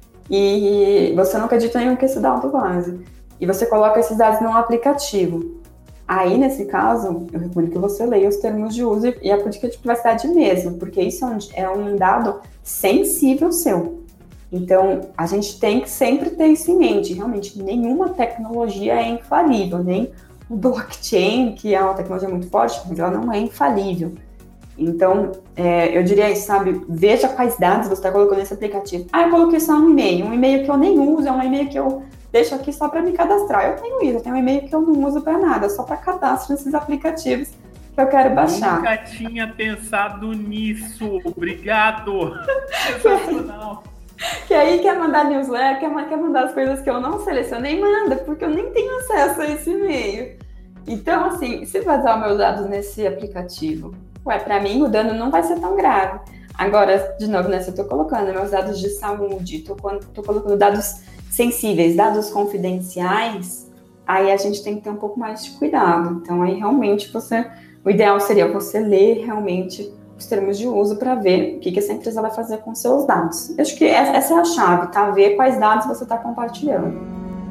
Speaker 2: e você não acredita nenhum que esse dado vaze. E você coloca esses dados num aplicativo. Aí, nesse caso, eu recomendo que você leia os termos de uso e a política de privacidade mesmo, porque isso é um dado sensível seu. Então, a gente tem que sempre ter isso em mente. Realmente, nenhuma tecnologia é infalível, nem o blockchain, que é uma tecnologia muito forte, mas ela não é infalível. Então, eu diria isso, sabe? Veja quais dados você está colocando nesse aplicativo. Eu coloquei só um e-mail que eu nem uso, é um e-mail que eu deixo aqui só para me cadastrar. Eu tenho isso, eu tenho um e-mail que eu não uso para nada, só para cadastro nesses aplicativos que eu quero baixar.
Speaker 1: Nunca tinha pensado nisso, obrigado! Sensacional!
Speaker 2: Que aí quer mandar newsletter, quer mandar as coisas que eu não selecionei, manda, porque eu nem tenho acesso a esse e-mail. Então, assim, se vazar os meus dados nesse aplicativo, para mim o dano não vai ser tão grave. Agora, de novo, né, se eu tô colocando meus dados de saúde, tô colocando dados sensíveis, dados confidenciais, aí a gente tem que ter um pouco mais de cuidado. Então, aí realmente o ideal seria você ler realmente os termos de uso para ver o que essa empresa vai fazer com seus dados. Eu acho que essa é a chave, tá? Ver quais dados você está compartilhando.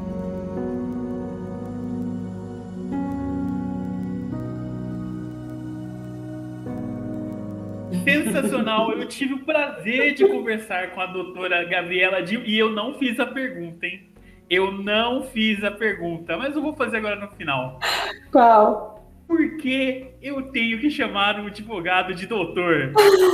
Speaker 1: Sensacional, eu tive o prazer de conversar com a doutora Gabriela Dil e eu não fiz a pergunta, hein? Eu não fiz a pergunta, mas eu vou fazer agora no final.
Speaker 2: Qual?
Speaker 1: Por que eu tenho que chamar um advogado de doutor?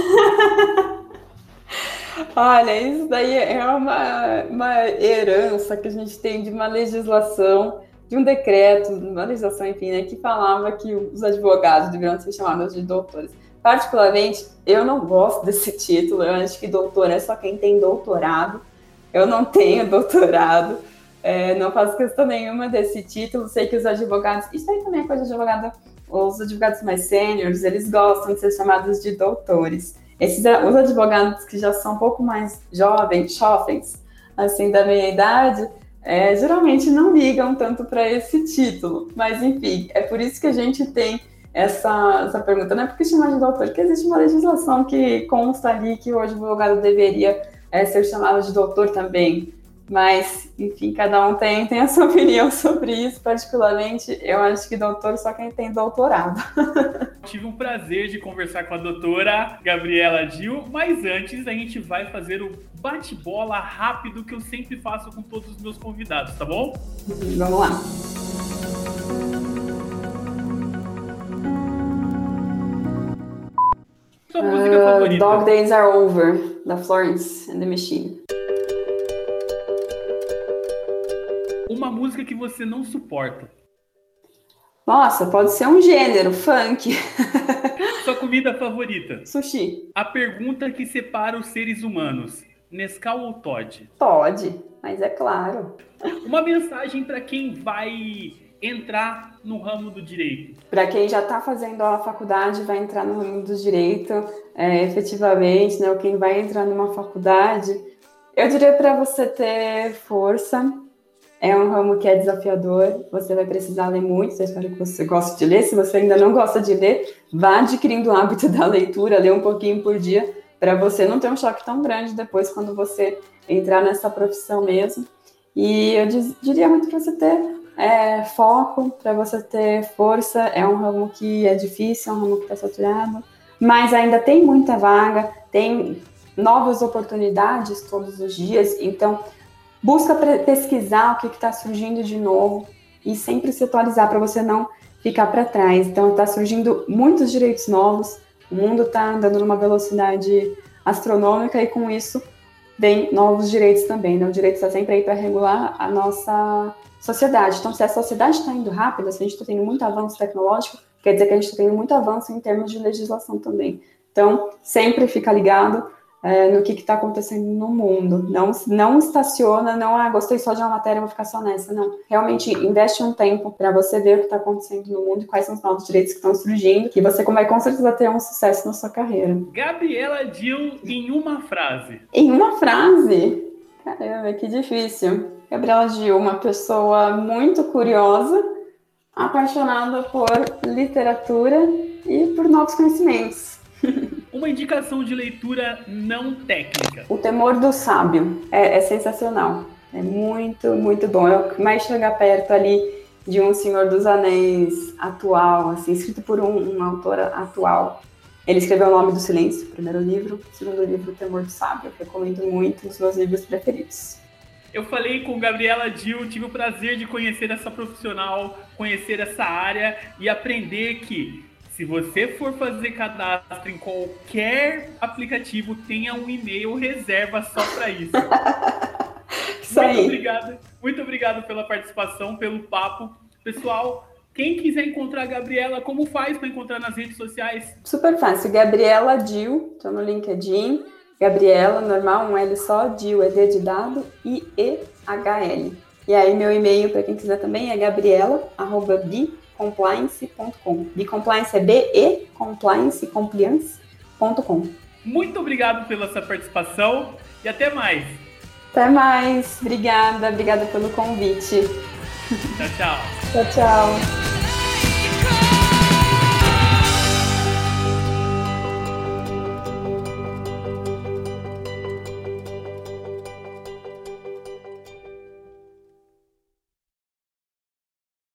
Speaker 2: Olha, isso daí é uma herança que a gente tem de uma legislação, de um decreto, de uma legislação, enfim, né, que falava que os advogados deveriam ser chamados de doutores. Particularmente, eu não gosto desse título, eu acho que doutor é só quem tem doutorado. Eu não tenho doutorado, não faço questão nenhuma desse título. Sei que os advogados, isso aí também é coisa de advogado, os advogados mais sêniores, eles gostam de ser chamados de doutores. Os advogados que já são um pouco mais jovens, assim, da minha idade, geralmente não ligam tanto para esse título. Mas, enfim, é por isso que a gente tem essa pergunta, não é porque chamar de doutor, porque existe uma legislação que consta ali que o advogado deveria ser chamado de doutor também, mas, enfim, cada um tem a sua opinião sobre isso. Particularmente, eu acho que doutor só quem tem doutorado.
Speaker 1: Tive um prazer de conversar com a doutora Gabriela Dil, mas antes a gente vai fazer o bate-bola rápido que eu sempre faço com todos os meus convidados, tá bom?
Speaker 2: Vamos lá.
Speaker 1: Sua música favorita?
Speaker 2: Dog Days Are Over, da Florence and the Machine.
Speaker 1: Uma música que você não suporta?
Speaker 2: Nossa, pode ser um gênero, funk.
Speaker 1: Sua comida favorita?
Speaker 2: Sushi.
Speaker 1: A pergunta que separa os seres humanos: Nescau ou Toddy?
Speaker 2: Pode, mas é claro.
Speaker 1: Uma mensagem para quem vai entrar no ramo do direito?
Speaker 2: Para quem já está fazendo a faculdade, vai entrar no ramo do direito, efetivamente, né? Ou quem vai entrar numa faculdade, eu diria para você ter força. É um ramo que é desafiador, você vai precisar ler muito, eu espero que você goste de ler. Se você ainda não gosta de ler, vá adquirindo o hábito da leitura, ler um pouquinho por dia, para você não ter um choque tão grande depois quando você entrar nessa profissão mesmo. E eu diria muito para você ter foco, para você ter força. É um ramo que é difícil, é um ramo que está saturado, mas ainda tem muita vaga, tem novas oportunidades todos os dias, então busca pesquisar o que está surgindo de novo e sempre se atualizar para você não ficar para trás. Então, está surgindo muitos direitos novos, o mundo está andando numa velocidade astronômica e com isso vem novos direitos também, né? O direito está sempre aí para regular a nossa sociedade. Então, se a sociedade está indo rápido, se a gente está tendo muito avanço tecnológico, quer dizer que a gente está tendo muito avanço em termos de legislação também. Então, sempre fica ligado no que está acontecendo no mundo. Não estaciona, gostei só de uma matéria, vou ficar só nessa. Não, realmente investe um tempo para você ver o que está acontecendo no mundo e quais são os novos direitos que estão surgindo, que você vai com certeza ter um sucesso na sua carreira.
Speaker 1: Gabriela Dil, em uma frase.
Speaker 2: Em uma frase? Caramba, que difícil. Gabriela Dil, uma pessoa muito curiosa, apaixonada por literatura e por novos conhecimentos.
Speaker 1: Uma indicação de leitura não técnica.
Speaker 2: O Temor do Sábio é sensacional. É muito, muito bom. É o que mais chega perto ali de um Senhor dos Anéis atual, assim, escrito por um autor atual. Ele escreveu O Nome do Silêncio, o primeiro livro. O segundo livro, O Temor do Sábio. Eu recomendo muito, os meus livros preferidos.
Speaker 1: Eu falei com Gabriela Dil, tive o prazer de conhecer essa profissional, conhecer essa área e aprender que se você for fazer cadastro em qualquer aplicativo, tenha um e-mail reserva só para isso. Muito obrigado pela participação, pelo papo. Pessoal, quem quiser encontrar a Gabriela, como faz para encontrar nas redes sociais?
Speaker 2: Super fácil, Gabriela Dil, estou no LinkedIn. Gabriela, normal, um L só, Dil é D de dado, I-E-H-L. E aí meu e-mail para quem quiser também é gabriela@bicompliance.com. Bicompliance é compliance.com.
Speaker 1: Muito obrigado pela sua participação e até mais.
Speaker 2: Até mais. Obrigada pelo convite.
Speaker 1: Tchau, tchau.
Speaker 2: Tchau, tchau.